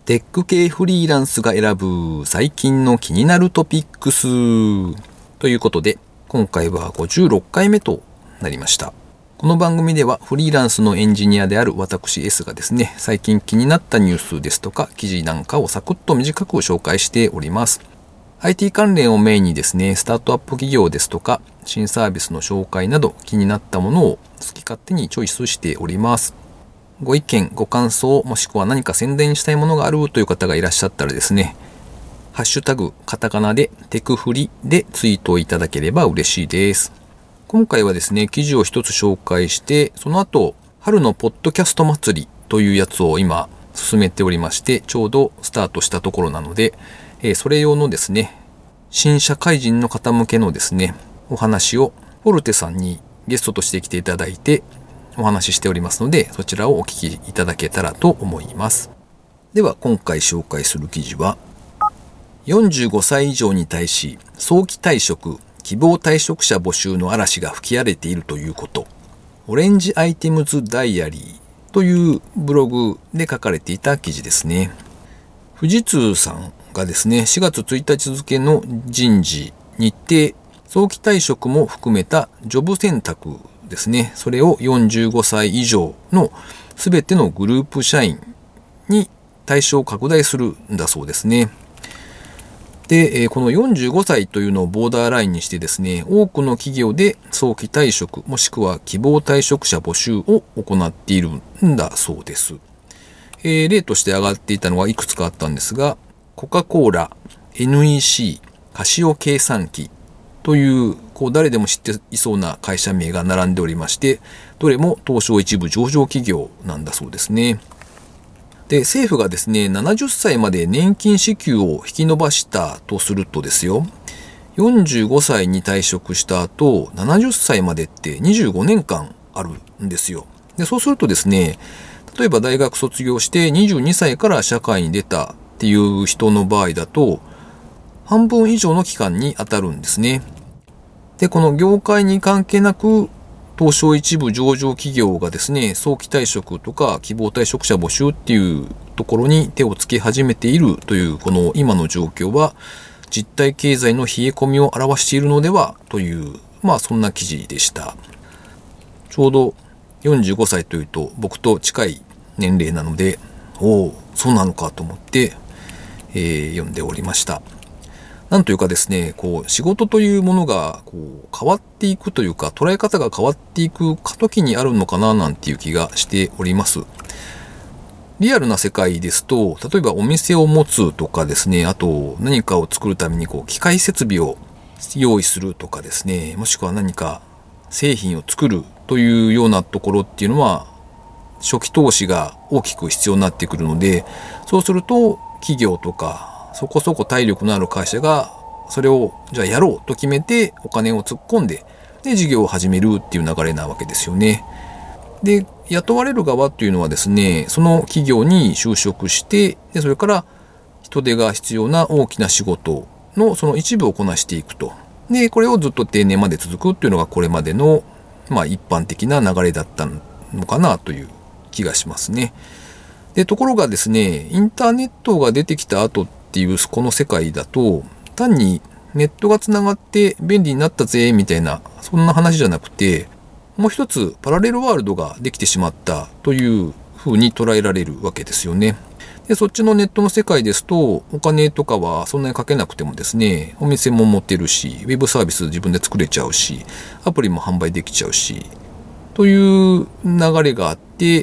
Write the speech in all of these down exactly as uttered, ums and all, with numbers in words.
テック系フリーランスが選ぶ最近の気になるトピックスということで、今回はごじゅうろっかいめとなりました。この番組ではフリーランスのエンジニアである私 S がですね、最近気になったニュースですとか記事なんかをサクッと短く紹介しております。アイティー 関連をメインにですね、スタートアップ企業ですとか新サービスの紹介など気になったものを好き勝手にチョイスしております。ご意見、ご感想、もしくは何か宣伝したいものがあるという方がいらっしゃったらですね、ハッシュタグカタカナでテクフリでツイートいただければ嬉しいです。今回はですね、記事を一つ紹介して、その後春のポッドキャスト祭りというやつを今進めておりまして、ちょうどスタートしたところなので、えー、それ用のですね、新社会人の方向けのですね、お話をフォルテさんにゲストとして来ていただいてお話ししておりますので、そちらをお聞きいただけたらと思います。では今回紹介する記事は、よんじゅうごさい以上に対し早期退職、希望退職者募集の嵐が吹き荒れているということ。オレンジアイテムズダイアリーというブログで書かれていた記事ですね。富士通さんがですね、しがつついたち付の人事、日程、早期退職も含めたジョブ選択ですね。それをよんじゅうごさい以上のすべてのグループ社員に対象を拡大するんだそうですね。で、このよんじゅうごさいというのをボーダーラインにしてですね、多くの企業で早期退職もしくは希望退職者募集を行っているんだそうです。えー、例として挙がっていたのはいくつかあったんですが、コカ・コーラ、エヌイーシー、カシオ計算機という、こう誰でも知っていそうな会社名が並んでおりまして、どれも東証一部上場企業なんだそうですね。で、政府がですね、ななじゅっさいまで年金支給を引き延ばしたとするとですよ、よんじゅうごさいに退職した後、ななじゅっさいまでってにじゅうごねんかんあるんですよ。で、そうするとですね、例えば大学卒業してにじゅうにさいから社会に出たっていう人の場合だと、半分以上の期間に当たるんですね。で、この業界に関係なく、東証一部上場企業がですね、早期退職とか希望退職者募集っていうところに手をつけ始めているというこの今の状況は、実体経済の冷え込みを表しているのではという、まあそんな記事でした。ちょうどよんじゅうごさいというと僕と近い年齢なので、おお、そうなのかと思って、えー、読んでおりました。なんというかですね、こう仕事というものがこう変わっていくというか、捉え方が変わっていく過渡期にあるのかななんていう気がしております。リアルな世界ですと、例えばお店を持つとかですね、あと何かを作るためにこう機械設備を用意するとかですね、もしくは何か製品を作るというようなところっていうのは初期投資が大きく必要になってくるので、そうすると企業とかそこそこ体力のある会社がそれをじゃあやろうと決めてお金を突っ込んで、で事業を始めるっていう流れなわけですよね。で、雇われる側っていうのはですね、その企業に就職して、でそれから人手が必要な大きな仕事のその一部をこなしていくと。で、これをずっと定年まで続くっていうのがこれまでのまあ一般的な流れだったのかなという気がしますね。で、ところがですね、インターネットが出てきた後っていうこの世界だと、単にネットがつながって便利になったぜみたいな、そんな話じゃなくて、もう一つパラレルワールドができてしまったという風に捉えられるわけですよね。で、そっちのネットの世界ですと、お金とかはそんなにかけなくてもですね、お店も持ってるし、ウェブサービス自分で作れちゃうし、アプリも販売できちゃうし、という流れがあって、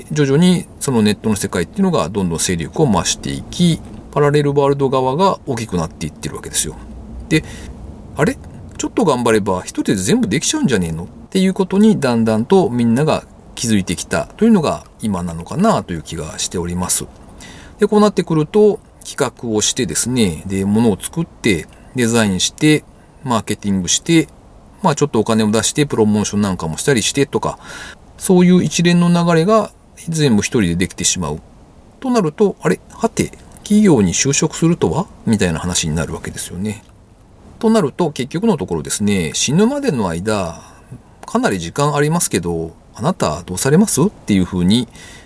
徐々にそのネットの世界っていうのがどんどん勢力を増していき、パラレルワールド側が大きくなっていってるわけですよ。で、あれ?ちょっと頑張れば一人で全部できちゃうんじゃねえのっていうことにだんだんとみんなが気づいてきたというのが今なのかなという気がしております。で、こうなってくると企画をしてですね、で、物を作ってデザインしてマーケティングして、まあちょっとお金を出してプロモーションなんかもしたりしてとか、そういう一連の流れが全部一人でできてしまうとなると、あれ?はて、企業に就職するとはみたいな話になるわけですよね。となると結局のところですね、死ぬまでの間かなり時間ありますけど、あなたどうされますっていうふうに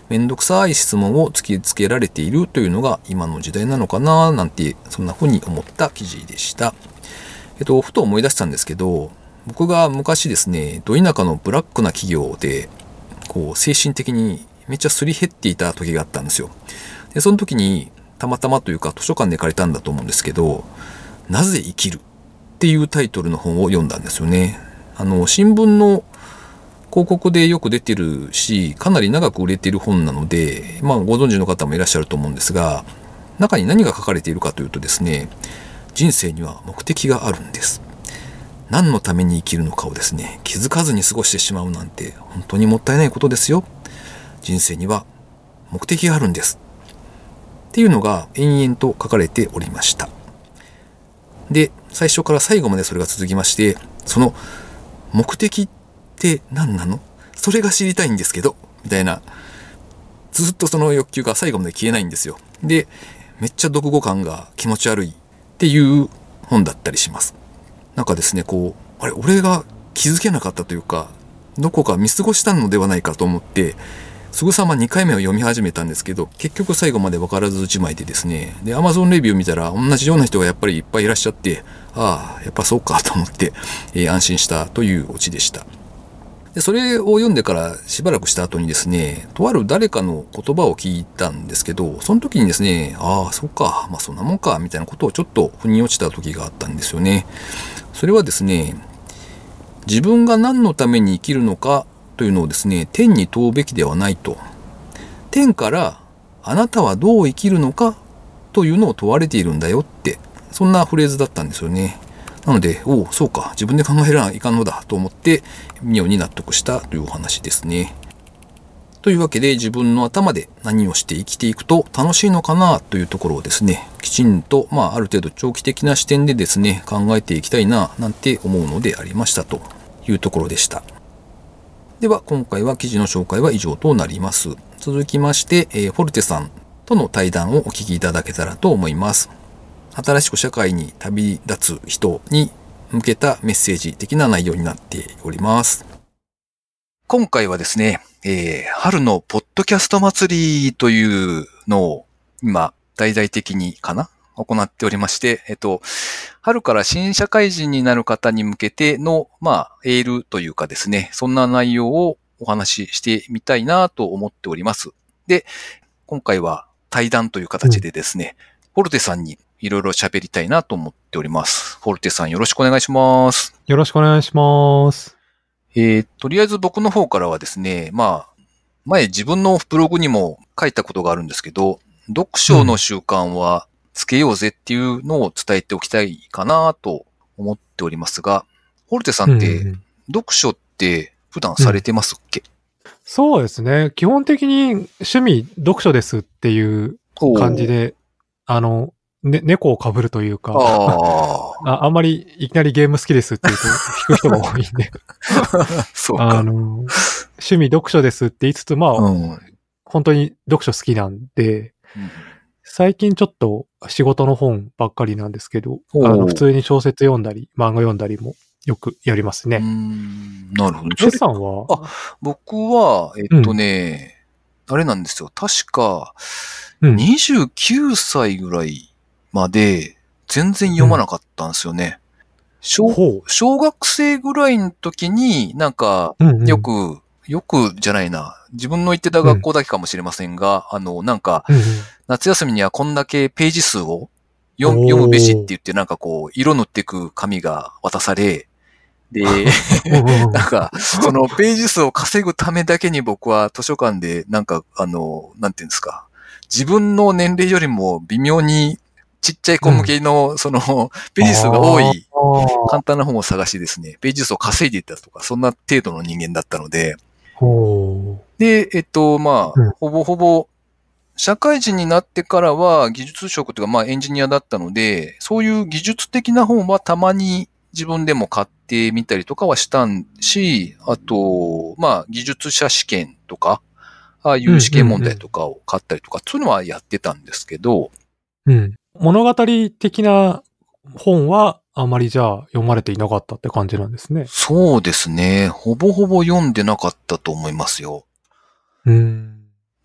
めんどくさい質問を突きつけられているというのが今の時代なのかななんて、そんな風に思った記事でした。えっと、ふと思い出したんですけど、僕が昔ですね、ど田舎のブラックな企業で、こう、精神的にめっちゃすり減っていた時があったんですよ。で、その時に、たまたまというか図書館で借りたんだと思うんですけど、なぜ生きるっていうタイトルの本を読んだんですよね。あの、新聞の広告でよく出てるし、かなり長く売れている本なので、まあご存知の方もいらっしゃると思うんですが、中に何が書かれているかというとですね、人生には目的があるんです。何のために生きるのかをですね、気づかずに過ごしてしまうなんて本当にもったいないことですよ。人生には目的があるんです。っていうのが延々と書かれておりました。で、最初から最後までそれが続きまして、その目的って何なの？それが知りたいんですけど、みたいな、ずっとその欲求が最後まで消えないんですよ。で、めっちゃ読後感が気持ち悪いっていう本だったりします。なんかですね、こう、あれ、俺が気づけなかったというか、どこか見過ごしたのではないかと思って、すぐさまにかいめを読み始めたんですけど、結局最後まで分からずじまいでですね、で、Amazon レビュー見たら同じような人がやっぱりいっぱいいらっしゃって、ああ、やっぱそうかと思って、えー、安心したというオチでした。で、それを読んでからしばらくした後にですね、とある誰かの言葉を聞いたんですけど、その時にですね、ああ、そうか、まあそんなもんか、みたいなことをちょっと腑に落ちた時があったんですよね。それはですね、自分が何のために生きるのかというのをですね、天に問うべきではないと。天からあなたはどう生きるのかというのを問われているんだよって、そんなフレーズだったんですよね。なので、おお、そうか、自分で考えないかんのだと思って、妙に納得したというお話ですね。というわけで、自分の頭で何をして生きていくと楽しいのかなというところをですね、きちんと、まあ、ある程度長期的な視点でですね、考えていきたいな、なんて思うのでありましたというところでした。では、今回は記事の紹介は以上となります。続きまして、えー、フォルテさんとの対談をお聞きいただけたらと思います。新しく社会に旅立つ人に向けたメッセージ的な内容になっております。今回はですね、えー、春のポッドキャスト祭りというのを今、大々的にかな行っておりまして、えっと、春から新社会人になる方に向けての、まあ、エールというかですね、そんな内容をお話ししてみたいなと思っております。で、今回は対談という形でですね、うん、フォルテさんにいろいろ喋りたいなと思っております。フォルテさんよろしくお願いします。 よろしくお願いします。 えー、とりあえず僕の方からはですね、まあ、前自分のブログにも書いたことがあるんですけど、読書の習慣はつけようぜっていうのを伝えておきたいかなと思っておりますが、フォルテさんって、うんうん、読書って普段されてますっけ？ うん、そうですね。基本的に趣味読書ですっていう感じで、あの、ね、猫を被るというか、あ, あ, あんまりいきなりゲーム好きですって言うと引く人が多いんで。 そうか。 あの、趣味読書ですって言いつつ、まあ、うん、本当に読書好きなんで、うん、最近ちょっと仕事の本ばっかりなんですけど、あの普通に小説読んだり、漫画読んだりもよくやりますね。 うーん、なるほど。 シュさんは？ あ、僕は、えっとね、うん、あれなんですよ。確か、にじゅうきゅうさいぐらいまで全然読まなかったんですよね。うん、小, 小学生ぐらいの時になんか、よく、うんうん、よくじゃないな。自分の行ってた学校だけかもしれませんが、うん、あの、なんか、うんうん、夏休みにはこんだけページ数を 読, 読むべしって言って、なんかこう、色塗っていく紙が渡され、で、なんか、そのページ数を稼ぐためだけに僕は図書館で、なんか、あの、なんていうんですか、自分の年齢よりも微妙にちっちゃい子向けの、うん、その、ページ数が多い、簡単な本を探しですね、ページ数を稼いでいったとか、そんな程度の人間だったので、で、えっと、まあ、うん、ほぼほぼ、社会人になってからは技術職というか、まあエンジニアだったので、そういう技術的な本はたまに自分でも買ってみたりとかはしたし、あと、まあ技術者試験とか、ああいう試験問題とかを買ったりとか、そういうのはやってたんですけど、 うん。物語的な本はあまりじゃあ読まれていなかったって感じなんですね。 そうですね。ほぼほぼ読んでなかったと思いますよ。 うん。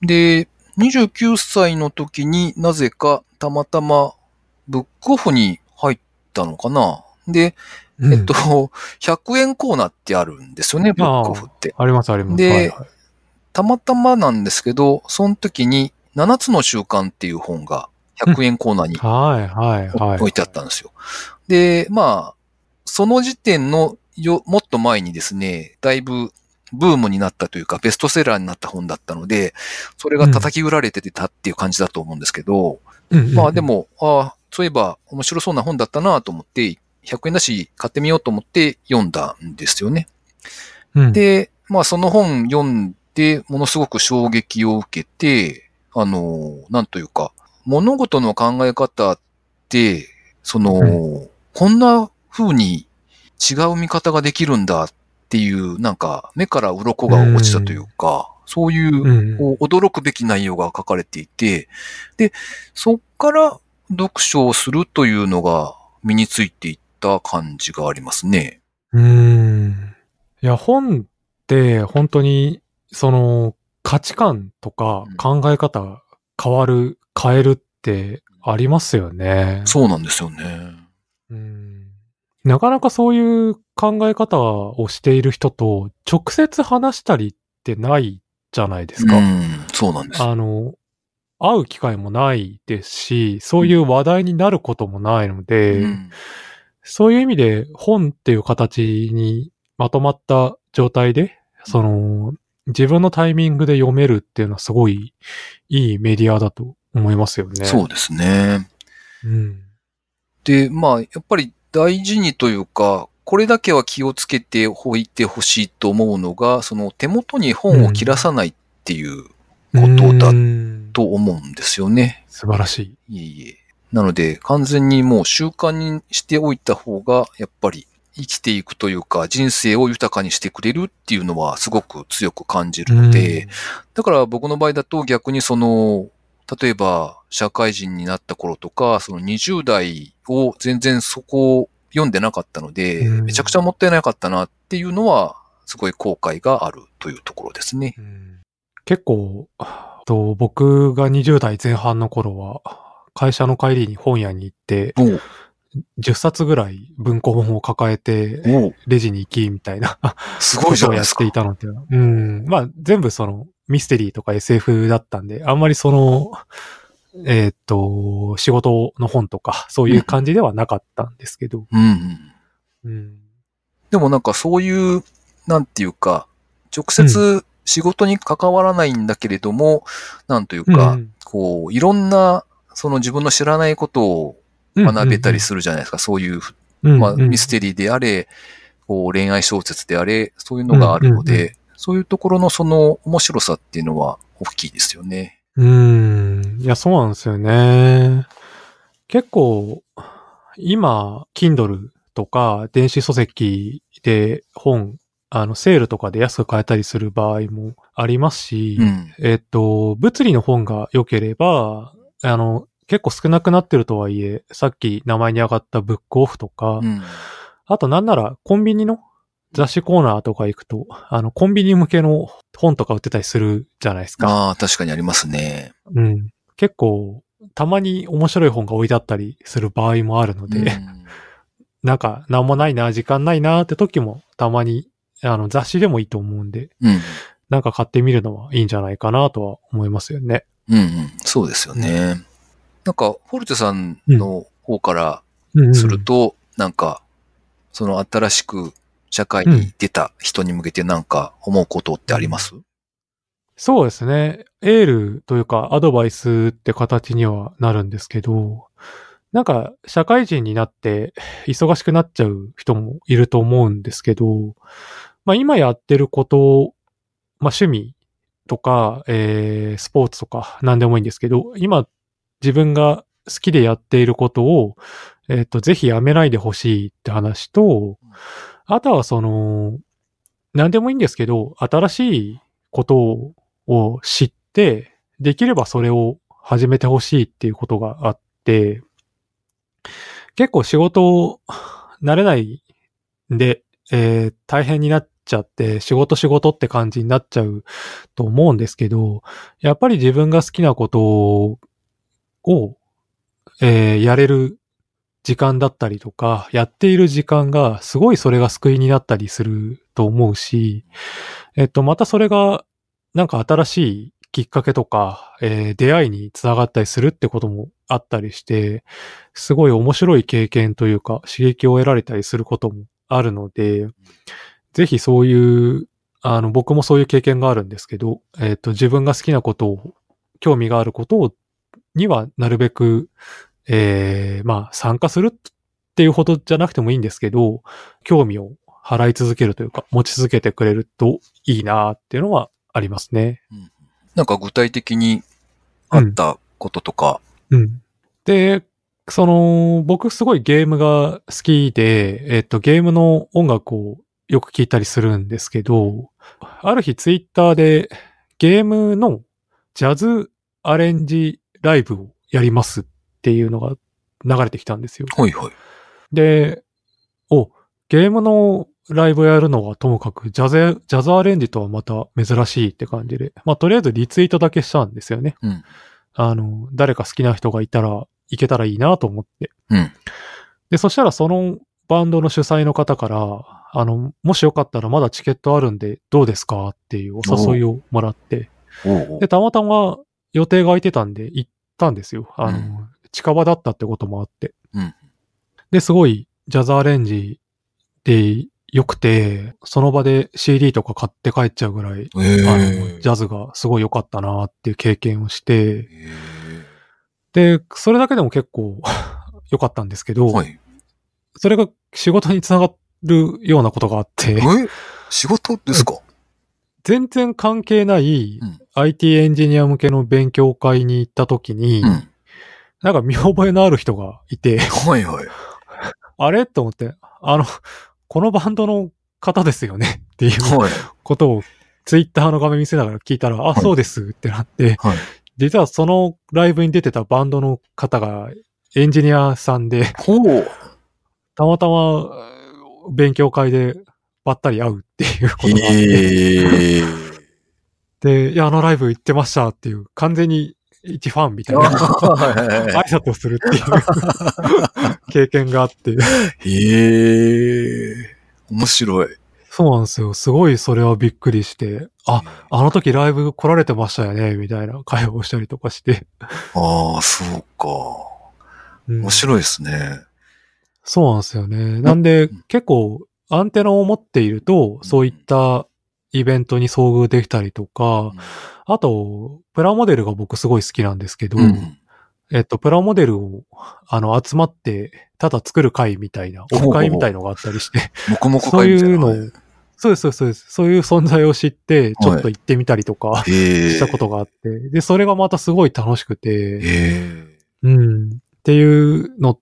で、にじゅうきゅうさいの時になぜかたまたまブックオフに入ったのかな。で、うん、えっと、ひゃくえんコーナーってあるんですよね、ブックオフって。 あ, ありますあります。 で、 はいはい、 たまたまなんですけど、その時にななつの習慣っていう本がひゃくえんコーナーに置いてあったんですよ。で、まあ、その時点のよ、もっと前にですね、だいぶブームになったというか、ベストセラーになった本だったので、それが叩き売られてたっていう感じだと思うんですけど、うん、まあでも、ああ、そういえば面白そうな本だったなと思って、ひゃくえんだし買ってみようと思って読んだんですよね。うん、で、まあその本読んで、ものすごく衝撃を受けて、あの、なんというか、物事の考え方って、その、うん、こんな風に違う見方ができるんだっていう、なんか目から鱗が落ちたというか、うん、そういう、こう驚くべき内容が書かれていて、で、そっから読書をするというのが身についていった感じがありますね。 うーん。いや、本って本当に、その価値観とか考え方変わる、変えるってありますよね。 そうなんですよね。 うん。なかなかそういう考え方をしている人と直接話したりってないじゃないですか。 うん、そうなんです。 あの、会う機会もないですし、そういう話題になることもないので、うん、そういう意味で本っていう形にまとまった状態で、その、自分のタイミングで読めるっていうのはすごいいいメディアだと思いますよね。 そうですね。 うん。 で、まあ、やっぱり大事にというか、これだけは気をつけておいてほしいと思うのが、その手元に本を切らさないっていうことだと思うんですよね。 素晴らしい。いえいえ。なので、完全にもう習慣にしておいた方が、やっぱり生きていくというか、人生を豊かにしてくれるっていうのはすごく強く感じるので、だから僕の場合だと逆にその、例えば社会人になった頃とか、そのにじゅう代を全然そこを読んでなかったので、めちゃくちゃもったいなかったなっていうのは、すごい後悔があるというところですね。 結構、と僕がにじゅう代前半の頃は、会社の帰りに本屋に行って、じゅっさつぐらい文庫本を抱えて、レジに行き、みたいな、 すごいじゃないですか。 ことをやっていたので、うん。まあ、全部その、ミステリーとか エスエフ だったんで、あんまりその、えー、っと、仕事の本とか、そういう感じではなかったんですけど。 うんうんうん、でもなんかそういう、なんていうか、直接仕事に関わらないんだけれども、うん、なんというか、うん、こう、いろんな、その自分の知らないことを学べたりするじゃないですか。うんうんうん、そういう、まあ、ミステリーであれ、こう、恋愛小説であれ、そういうのがあるので、うんうんうん、そういうところのその面白さっていうのは大きいですよね。 うーん。いや、そうなんですよね。結構、今、Kindle とか電子書籍で本、あの、セールとかで安く買えたりする場合もありますし、うん、えっと、物理の本が良ければ、あの、結構少なくなってるとはいえ、さっき名前に上がったブックオフとか、うん、あとなんならコンビニの雑誌コーナーとか行くと、あの、コンビニ向けの本とか売ってたりするじゃないですか。 ああ、確かにありますね。 うん。結構、たまに面白い本が置いてあったりする場合もあるので、うん、なんか、なんもないな、時間ないなって時も、たまに、あの、雑誌でもいいと思うんで、うん、なんか買ってみるのはいいんじゃないかなとは思いますよね。 うんうん、そうですよね。うん、なんか、フォルテさんの方からすると、うんうん、なんか、その新しく社会に出た人に向けてなんか思うことってあります？うん、 そうですね。エールというかアドバイスって形にはなるんですけど、なんか社会人になって忙しくなっちゃう人もいると思うんですけど、まあ今やってること、まあ趣味とか、えー、スポーツとか何でもいいんですけど、今自分が好きでやっていることを、えっと、ぜひやめないでほしいって話と、あとはその、何でもいいんですけど、新しいことを知って、できればそれを始めてほしいっていうことがあって、結構仕事慣れないんで、えー、大変になっちゃって、仕事仕事って感じになっちゃうと思うんですけど、やっぱり自分が好きなことを、えー、やれる時間だったりとか、やっている時間が、すごいそれが救いになったりすると思うし、えっと、またそれが、なんか新しいきっかけとか、えー、出会いにつながったりするってこともあったりして、すごい面白い経験というか、刺激を得られたりすることもあるので、ぜひそういう、あの、僕もそういう経験があるんですけど、えっと、自分が好きなことを、興味があることを、にはなるべく、えー、まあ、参加するっていうほどじゃなくてもいいんですけど、興味を払い続けるというか、持ち続けてくれるといいなっていうのはありますね。 うん、なんか具体的にあったこととか。 うん。うん、で、その、僕すごいゲームが好きで、えっと、ゲームの音楽をよく聞いたりするんですけど、ある日ツイッターでゲームのジャズアレンジライブをやりますっていうのが流れてきたんですよ。 はいはい。 で、お、ゲームのライブやるのはともかく、ジャズ、ジャズアレンジとはまた珍しいって感じで、まあとりあえずリツイートだけしたんですよね。 うん。 あの、誰か好きな人がいたら、いけたらいいなと思って。 うん。 で、そしたらそのバンドの主催の方から、あの、もしよかったらまだチケットあるんでどうですかっていうお誘いをもらって、 おうおうで、たまたま予定が空いてたんで行ったんですよ。あの、うん、近場だったってこともあって。 うん、 で、すごいジャズアレンジで良くて、その場で シーディー とか買って帰っちゃうぐらい、 えー、 あの、ジャズがすごい良かったなっていう経験をして、で、それだけでも結構良かったんですけど、はい、それが仕事につながるようなことがあって。 え仕事ですか？ 全然関係ない、うん、アイティー エンジニア向けの勉強会に行った時に、うん、なんか見覚えのある人がいて、 はいはい。 あれと思って、あの、このバンドの方ですよねっていうことをツイッターの画面見せながら聞いたら、はい、あ、そうですってなって、はい、実はそのライブに出てたバンドの方がエンジニアさんで、たまたま勉強会でばったり会うっていうことがあって、で、いや、あのライブ行ってましたっていう、完全に一ファンみたいな挨拶をするっていう経験があって。 へえ、面白い。 そうなんですよ。すごいそれはびっくりして、あ、あの時ライブ来られてましたよね、みたいな会話をしたりとかして。 ああ、そうか。面白いですね、うん。 そうなんですよね。なんで、結構アンテナを持っていると、そういったイベントに遭遇できたりとか、うん、あと、プラモデルが僕すごい好きなんですけど、うん、えっと、プラモデルを、あの、集まって、ただ作る会みたいな、オフ会みたいのがあったりして、 黙々 そういうのを、そうです、そうです、そういう存在を知って、ちょっと行ってみたりとか、はい、したことがあって、で、それがまたすごい楽しくて、うん、っていうのって、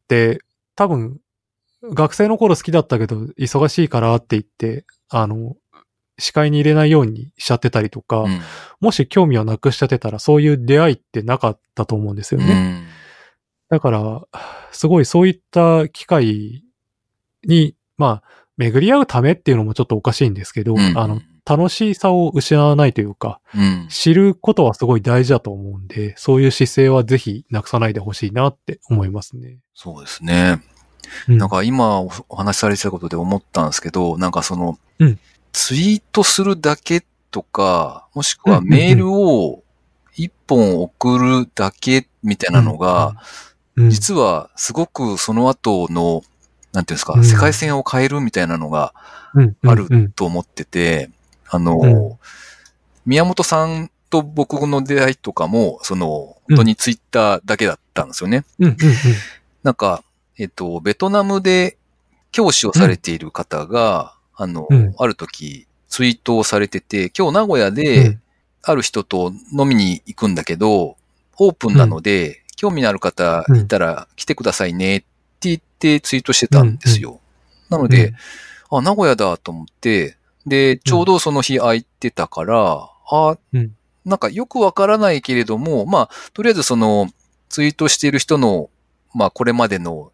多分、学生の頃好きだったけど、忙しいからって言って、あの、視界に入れないようにしちゃってたりとか、うん、もし興味をなくしちゃってたら、そういう出会いってなかったと思うんですよね。うん、だから、すごいそういった機会に、まあ、巡り合うためっていうのもちょっとおかしいんですけど、うん、あの、楽しさを失わないというか、うん、知ることはすごい大事だと思うんで、そういう姿勢はぜひなくさないでほしいなって思いますね。 そうですね。うん、なんか今お話しされてたことで思ったんですけど、なんかその、うん、ツイートするだけとか、もしくはメールを一本送るだけみたいなのが、うんうん、実はすごくその後の、なんていうんですか、うん、世界線を変えるみたいなのがあると思ってて、あの、うん、宮本さんと僕の出会いとかも、その、本当にツイッターだけだったんですよね。 うんうんうん、 なんか、えっと、ベトナムで教師をされている方が、うん、あの、うん、ある時ツイートをされてて、今日名古屋である人と飲みに行くんだけど、オープンなので、うん、興味のある方いたら来てくださいねって言ってツイートしてたんですよ。うん、なので、うん、あ、名古屋だと思って、で、ちょうどその日空いてたから、あ、うん、なんかよくわからないけれども、まあ、とりあえずそのツイートしている人の、まあ、これまでの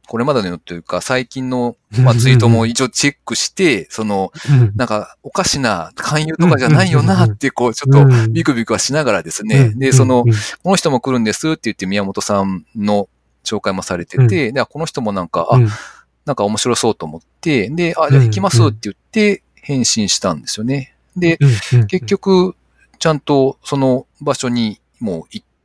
これまでのというか、最近の、まあ、ツイートも一応チェックして、その、なんか、おかしな勧誘とかじゃないよなって、こう、ちょっとビクビクはしながらですね。で、その、この人も来るんですって言って宮本さんの紹介もされてて、で、この人もなんか、あ、なんか面白そうと思って、で、あ、じゃあ行きますって言って返信したんですよね。で、結局、ちゃんとその場所にもう行って、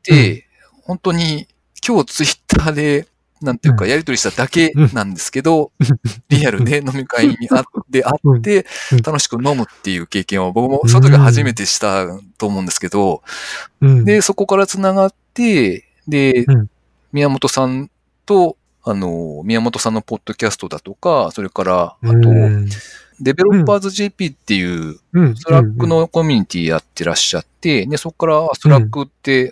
本当に今日ツイッターで、なんていうか、やりとりしただけなんですけど、リアルで飲み会にあって会って、楽しく飲むっていう経験を僕もその時は初めてしたと思うんですけど、で、そこから繋がって、で、宮本さんと、あの、宮本さんのポッドキャストだとか、それから、あと、デベロッパーズ ジェーピー っていう、スラックのコミュニティやってらっしゃって、で、そこからスラックって、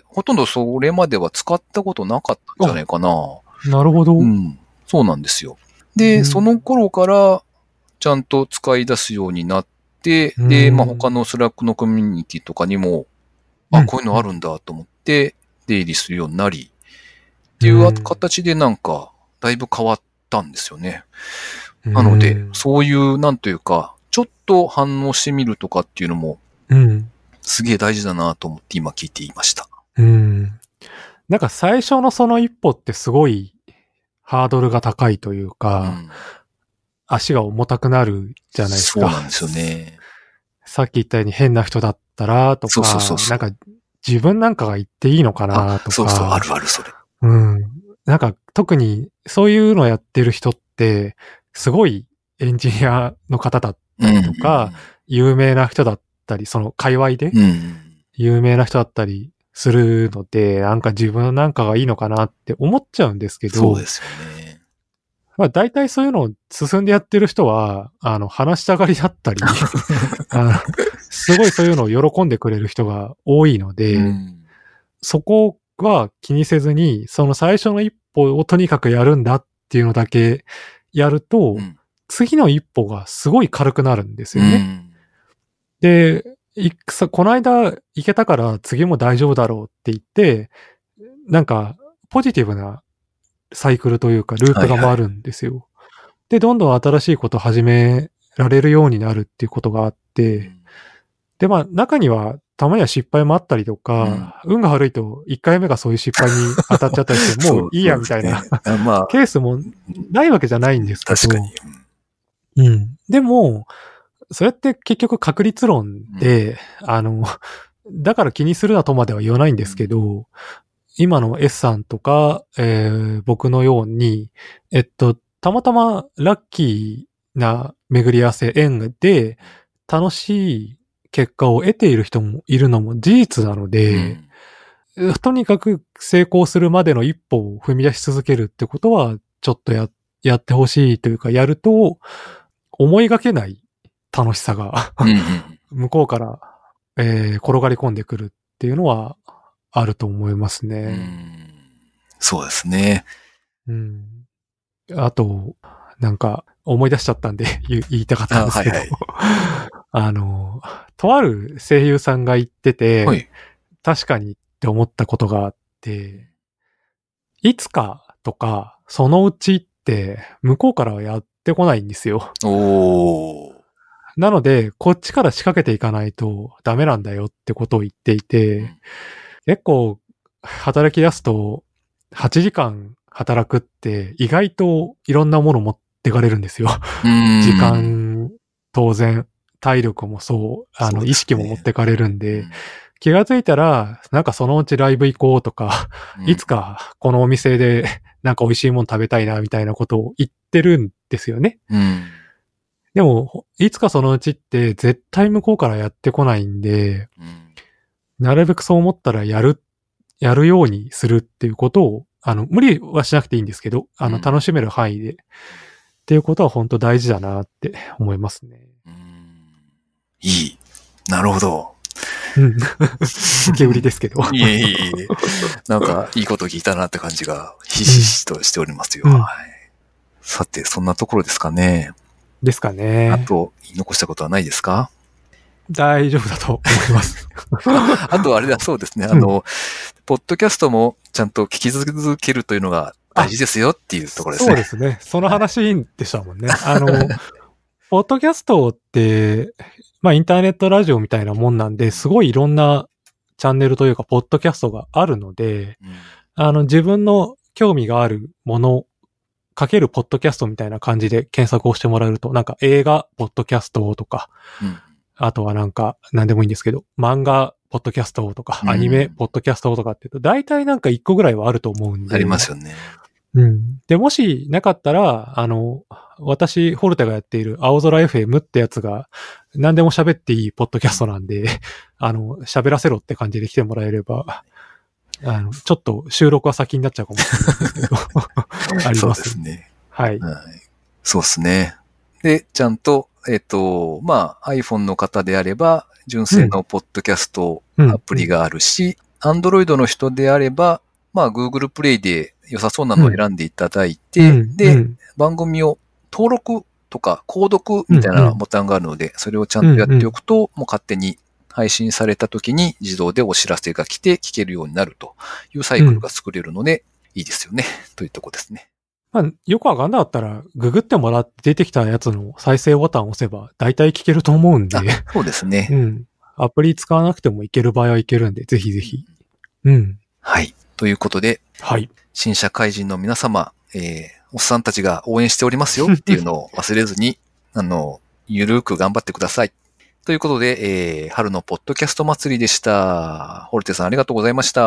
ほとんどそれまでは使ったことなかったんじゃないかな。 なるほど。 うん。そうなんですよ。で、うん、その頃から、ちゃんと使い出すようになって、うん、で、まあ、他のスラックのコミュニティとかにも、うん、あ、こういうのあるんだと思って、出入りするようになり、っていう形でなんか、だいぶ変わったんですよね。なので、そういう、なんというか、ちょっと反応してみるとかっていうのも、すげえ大事だなと思って今聞いていました。 うんなんか最初のその一歩ってすごいハードルが高いというか、うん、足が重たくなるじゃないですか。 そうなんですよね。 さっき言ったように変な人だったらとか、そうそうそうそうなんか自分なんかが言っていいのかなとか。 そうそう、あるあるそれ。 うん。なんか特にそういうのやってる人って、すごいエンジニアの方だったりとか、うんうん、有名な人だったり、その界隈で有名な人だったり、するので、なんか自分なんかがいいのかなって思っちゃうんですけど。 そうですよね。 まあ大体そういうのを進んでやってる人は、あの、話したがりだったり、あのすごいそういうのを喜んでくれる人が多いので、うん、そこは気にせずに、その最初の一歩をとにかくやるんだっていうのだけやると、うん、次の一歩がすごい軽くなるんですよね。うん、で、いくこの間行けたから次も大丈夫だろうって言って、なんかポジティブなサイクルというかループが回るんですよ。はいはい、で、どんどん新しいことを始められるようになるっていうことがあって、うん、で、まあ中にはたまには失敗もあったりとか、うん、運が悪いといっかいめがそういう失敗に当たっちゃったりして、もういいやみたいな、ねまあ、ケースもないわけじゃないんですけど。 確かに。 うん。でも、それって結局確率論で、うん、あの、だから気にするなとまでは言わないんですけど、うん、今の S さんとか、えー、僕のように、えっと、たまたまラッキーな巡り合わせ縁で楽しい結果を得ている人もいるのも事実なので、うん、とにかく成功するまでの一歩を踏み出し続けるってことは、ちょっとや、やってほしいというか、やると思いがけない楽しさが向こうから、えー、転がり込んでくるっていうのはあると思いますね。うん、 そうですね。 うん。あと、なんか思い出しちゃったんで言いたかったんですけど、あ、はいはい、あの、とある声優さんが言ってて、はい、確かにって思ったことがあって、いつかとかそのうちって向こうからはやってこないんですよ。 おー。 なので、こっちから仕掛けていかないとダメなんだよってことを言っていて、うん、結構働き出すとはちじかん働くって意外といろんなもの持ってかれるんですよ。時間、当然、体力もそう、あの、意識も持ってかれるんで、うん、気がついたら、なんかそのうちライブ行こうとか、うん、いつかこのお店でなんか美味しいもの食べたいなみたいなことを言ってるんですよね。 うんでも、いつかそのうちって絶対向こうからやってこないんで、うん、なるべくそう思ったらやる、やるようにするっていうことを、あの、無理はしなくていいんですけど、あの、楽しめる範囲で、うん、っていうことは本当大事だなって思いますね。 うん、いい。なるほど。 うん。受け売りですけど。 いえいえいえ。なんか、いいこと聞いたなって感じが、ひしひしとしておりますよ。うん、はい。さて、そんなところですかね。 ですかね。 あと、言い残したことはないですか？ 大丈夫だと思います。 あと、あれだそうですね。あの、うん、ポッドキャストもちゃんと聞き続けるというのが大事ですよっていうところですね。 そうですね。その話でしたもんね。あの、ポッドキャストって、まあインターネットラジオみたいなもんなんで、すごいいろんなチャンネルというか、ポッドキャストがあるので、うん、あの、自分の興味があるもの、かけるポッドキャストみたいな感じで検索をしてもらえると、なんか映画、ポッドキャストとか、うん、あとはなんか、なんでもいいんですけど、漫画、ポッドキャストとか、アニメ、ポッドキャストとかって言うと、大体なんか一個ぐらいはあると思うんで。 ありますよね。 うん。で、もしなかったら、あの、私、ホルテがやっている青空 エフエム ってやつが、何でも喋っていいポッドキャストなんで、あの、喋らせろって感じで来てもらえれば、あの、ちょっと収録は先になっちゃうかもしれないですけど、あります。 そうですね。 はい。 はい、そうですね。で、ちゃんと、えっと、まあ、iPhone の方であれば、純正のポッドキャストアプリがあるし、うんうん、Android の人であれば、まあ、Google プレイで良さそうなのを選んでいただいて、うん、で、うん、番組を登録とか購読みたいなボタンがあるので、うんうん、それをちゃんとやっておくと、うんうん、もう勝手に配信された時に自動でお知らせが来て聞けるようになるというサイクルが作れるので、いいですよね、うん、というとこですね。 まあ、よくわかんなかったら、ググってもらって出てきたやつの再生ボタンを押せば、大体聞けると思うんで。 そうですね。 うん。アプリ使わなくてもいける場合はいけるんで、ぜひぜひ。うん。 はい。ということで、 はい。 新社会人の皆様、えー、おっさんたちが応援しておりますよっていうのを忘れずに、あの、ゆるーく頑張ってください。ということで、えー、春のポッドキャスト祭りでした。ホルテさんありがとうございました。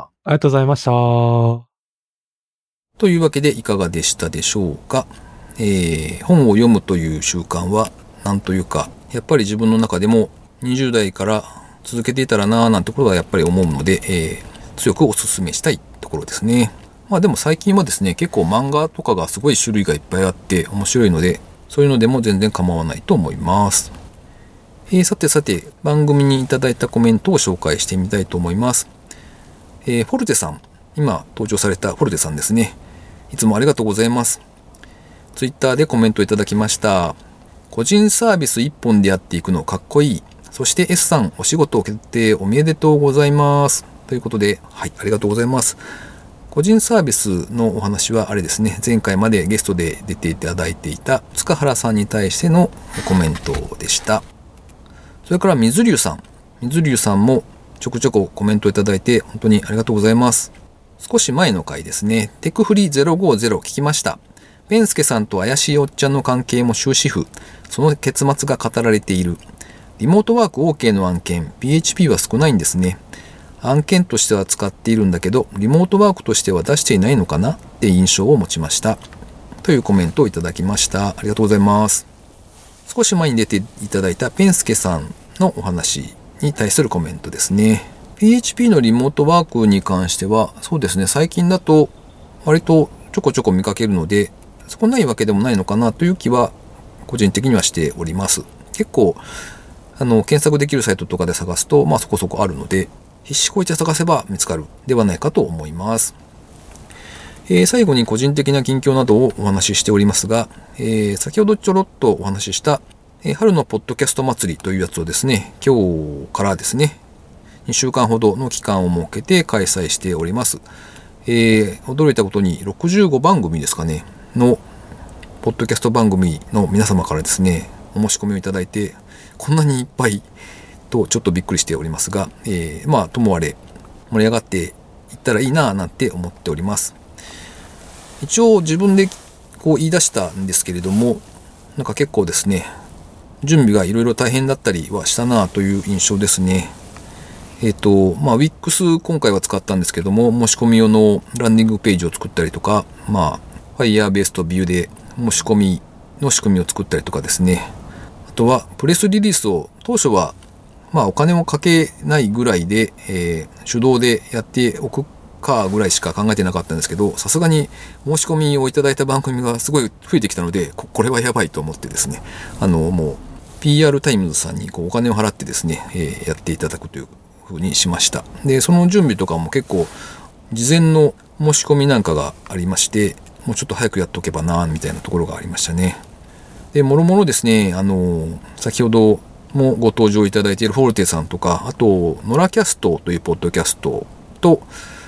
ありがとうございました。 というわけでいかがでしたでしょうか。えー、本を読むという習慣は、なんというか、やっぱり自分の中でもにじゅう代から続けていたらなぁなんてことはやっぱり思うので、えー、強くお勧めしたいところですね。まあでも最近はですね、結構漫画とかがすごい種類がいっぱいあって面白いので、そういうのでも全然構わないと思います。えー、さてさて、番組にいただいたコメントを紹介してみたいと思います。えー、フォルテさん、今登場されたフォルテさんですね。いつもありがとうございます。ツイッターでコメントいただきました。個人サービス一本でやっていくのかっこいい。そして S さんお仕事決定おめでとうございます。ということで、はい、ありがとうございます。個人サービスのお話はあれですね、前回までゲストで出ていただいていた塚原さんに対してのコメントでした。それから水流さん。水流さんもちょくちょくコメントいただいて本当にありがとうございます。少し前の回ですね、テクフリゼロごゼロ聞きました。ペンスケさんと怪しいおっちゃんの関係も終止符。その結末が語られている。リモートワーク OK の案件、ピーエイチピー は少ないんですね。案件としては使っているんだけど、リモートワークとしては出していないのかなって印象を持ちました。というコメントをいただきました。ありがとうございます。少し前に出ていただいたペンスケさんのお話に対するコメントですね。ピーエイチピー のリモートワークに関しては、そうですね、最近だと割とちょこちょこ見かけるので、少ないわけでもないのかなという気は個人的にはしております。結構、あの、検索できるサイトとかで探すと、まあそこそこあるので、必死こいて探せば見つかるではないかと思います。えー、最後に個人的な近況などをお話ししておりますが、えー、先ほどちょろっとお話しした、えー、春のポッドキャスト祭りというやつをですね、今日からですね、にしゅうかんほどの期間を設けて開催しております。えー、驚いたことにろくじゅうごばんぐみですかね、のポッドキャスト番組の皆様からですね、お申し込みをいただいて、こんなにいっぱいとちょっとびっくりしておりますが、えー、まあともあれ盛り上がっていったらいいなぁなんて思っております。一応自分でこう言い出したんですけれども、なんか結構ですね、準備がいろいろ大変だったりはしたなぁという印象ですね。えっと、まあ ウィックス 今回は使ったんですけども、申し込み用のランディングページを作ったりとか、まあ Firebase と Vue で申し込みの仕組みを作ったりとかですね。あとはプレスリリースを当初はまあお金をかけないぐらいで、えー、手動でやっておくかぐらいしか考えてなかったんですけど、さすがに申し込みをいただいた番組がすごい増えてきたので、こ, これはやばいと思ってですね、あのもう ピーアール タイムズさんにこうお金を払ってですね、えー、やっていただくという風にしました。で、その準備とかも結構事前の申し込みなんかがありまして、もうちょっと早くやっとけばなみたいなところがありましたね。で、もろもろですね、あの先ほどもご登場いただいているフォルテさんとか、あとノラキャストというポッドキャストと、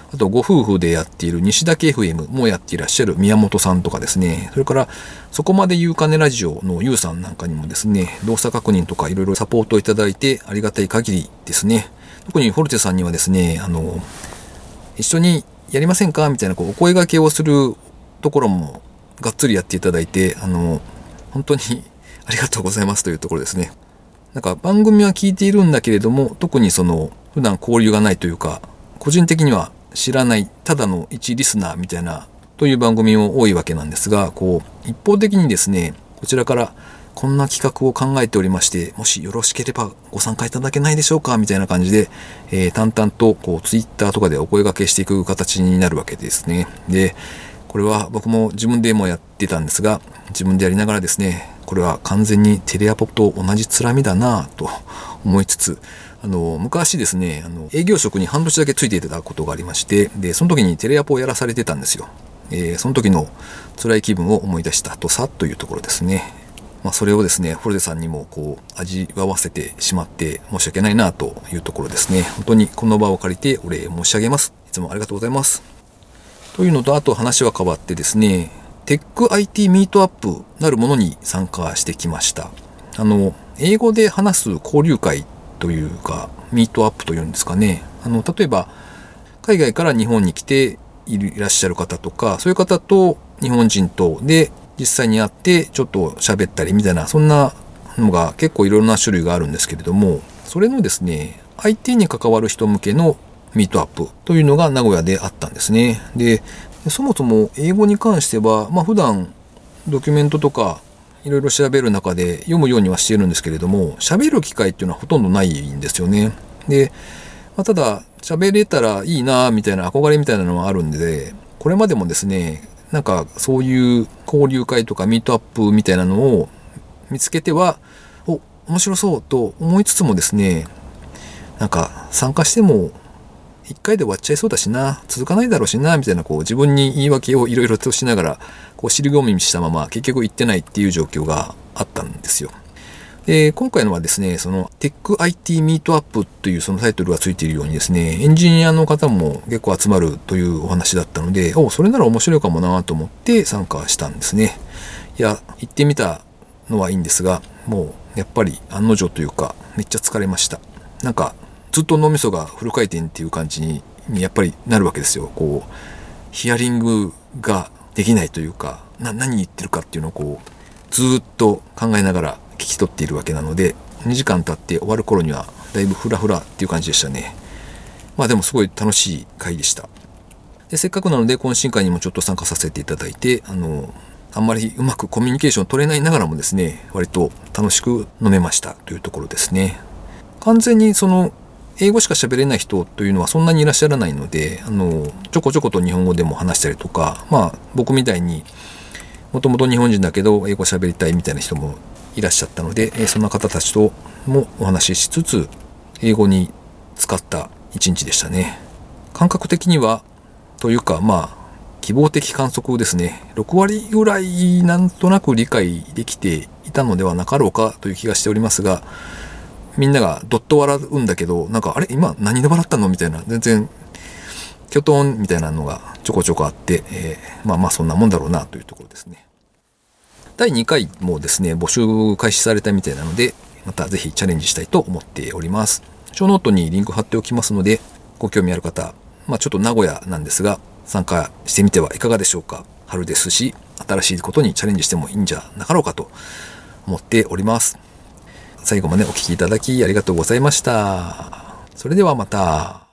あとご夫婦でやっている西岳 エフエム もやっていらっしゃる宮本さんとかですね、それからそこまで言うかねラジオのゆうさんなんかにもですね、動作確認とかいろいろサポートいただいてありがたい限りですね。特にフォルテさんにはですね、あの、一緒にやりませんかみたいなこうお声掛けをするところもがっつりやっていただいて、あの、本当にありがとうございますというところですね。なんか番組は聞いているんだけれども、特にその普段交流がないというか、個人的には知らないただの一リスナーみたいなという番組も多いわけなんですが、こう一方的にですね、こちらからこんな企画を考えておりまして、もしよろしければご参加いただけないでしょうかみたいな感じで、えー、淡々とこうツイッターとかでお声掛けしていく形になるわけですね。で、これは僕も自分でもやってたんですが、自分でやりながらですね、これは完全にテレアポと同じつらみだなぁと思いつつ、あの、昔ですね、あの、営業職に半年だけついていたことがありまして、で、その時にテレアポをやらされてたんですよ。えー、その時の辛い気分を思い出したとさというところですね。まあ、それをですね、フォルテさんにもこう、味わわせてしまって申し訳ないなというところですね。本当にこの場を借りてお礼申し上げます。いつもありがとうございます。というのと、あと話は変わってですね、テック アイティー ミートアップなるものに参加してきました。あの、英語で話す交流会というか、ミートアップというんですかね。あの、例えば、海外から日本に来ていらっしゃる方とか、そういう方と日本人とで実際に会ってちょっと喋ったりみたいな、そんなのが結構いろいろな種類があるんですけれども、それのですね、アイティー に関わる人向けのミートアップというのが名古屋であったんですね。で、そもそも英語に関しては、まあ普段ドキュメントとかいろいろ調べる中で読むようにはしているんですけれども、喋る機会っていうのはほとんどないんですよね。で、まあ、ただ喋れたらいいなみたいな憧れみたいなのはあるんで、これまでもですね、なんかそういう交流会とかミートアップみたいなのを見つけては、お、面白そうと思いつつもですね、なんか参加しても一回で終わっちゃいそうだしな、続かないだろうしな、みたいなこう自分に言い訳をいろいろとしながら、こう尻込みしたまま結局行ってないっていう状況があったんですよ。で、今回のはですね、そのテック アイティー ミートアップというそのタイトルがついているようにですね、エンジニアの方も結構集まるというお話だったので、お、それなら面白いかもなと思って参加したんですね。いや、行ってみたのはいいんですが、もうやっぱり案の定というか、めっちゃ疲れました。なんか、ずっと脳みそがフル回転っていう感じにやっぱりなるわけですよ。こう、ヒアリングができないというか、な、何言ってるかっていうのをこう、ずっと考えながら聞き取っているわけなので、にじかん経って終わる頃にはだいぶフラフラっていう感じでしたね。まあでもすごい楽しい会でした。で、せっかくなので懇親会にもちょっと参加させていただいて、あの、あんまりうまくコミュニケーション取れないながらもですね、割と楽しく飲めましたというところですね。完全にその、英語しか喋れない人というのはそんなにいらっしゃらないので、あの、ちょこちょこと日本語でも話したりとか、まあ、僕みたいに、もともと日本人だけど英語喋りたいみたいな人もいらっしゃったので、そんな方たちともお話ししつつ、英語に使った一日でしたね。感覚的には、というか、まあ、希望的観測ですね。ろくわりぐらいなんとなく理解できていたのではなかろうかという気がしておりますが、みんながどっと笑うんだけど、なんか、あれ今何で笑ったのみたいな、全然、キョトンみたいなのがちょこちょこあって、えー、まあまあそんなもんだろうなというところですね。だいにかいもですね、募集開始されたみたいなので、またぜひチャレンジしたいと思っております。ショーノートにリンク貼っておきますので、ご興味ある方、まあちょっと名古屋なんですが、参加してみてはいかがでしょうか。春ですし、新しいことにチャレンジしてもいいんじゃなかろうかと思っております。最後までお聞きいただきありがとうございました。それではまた。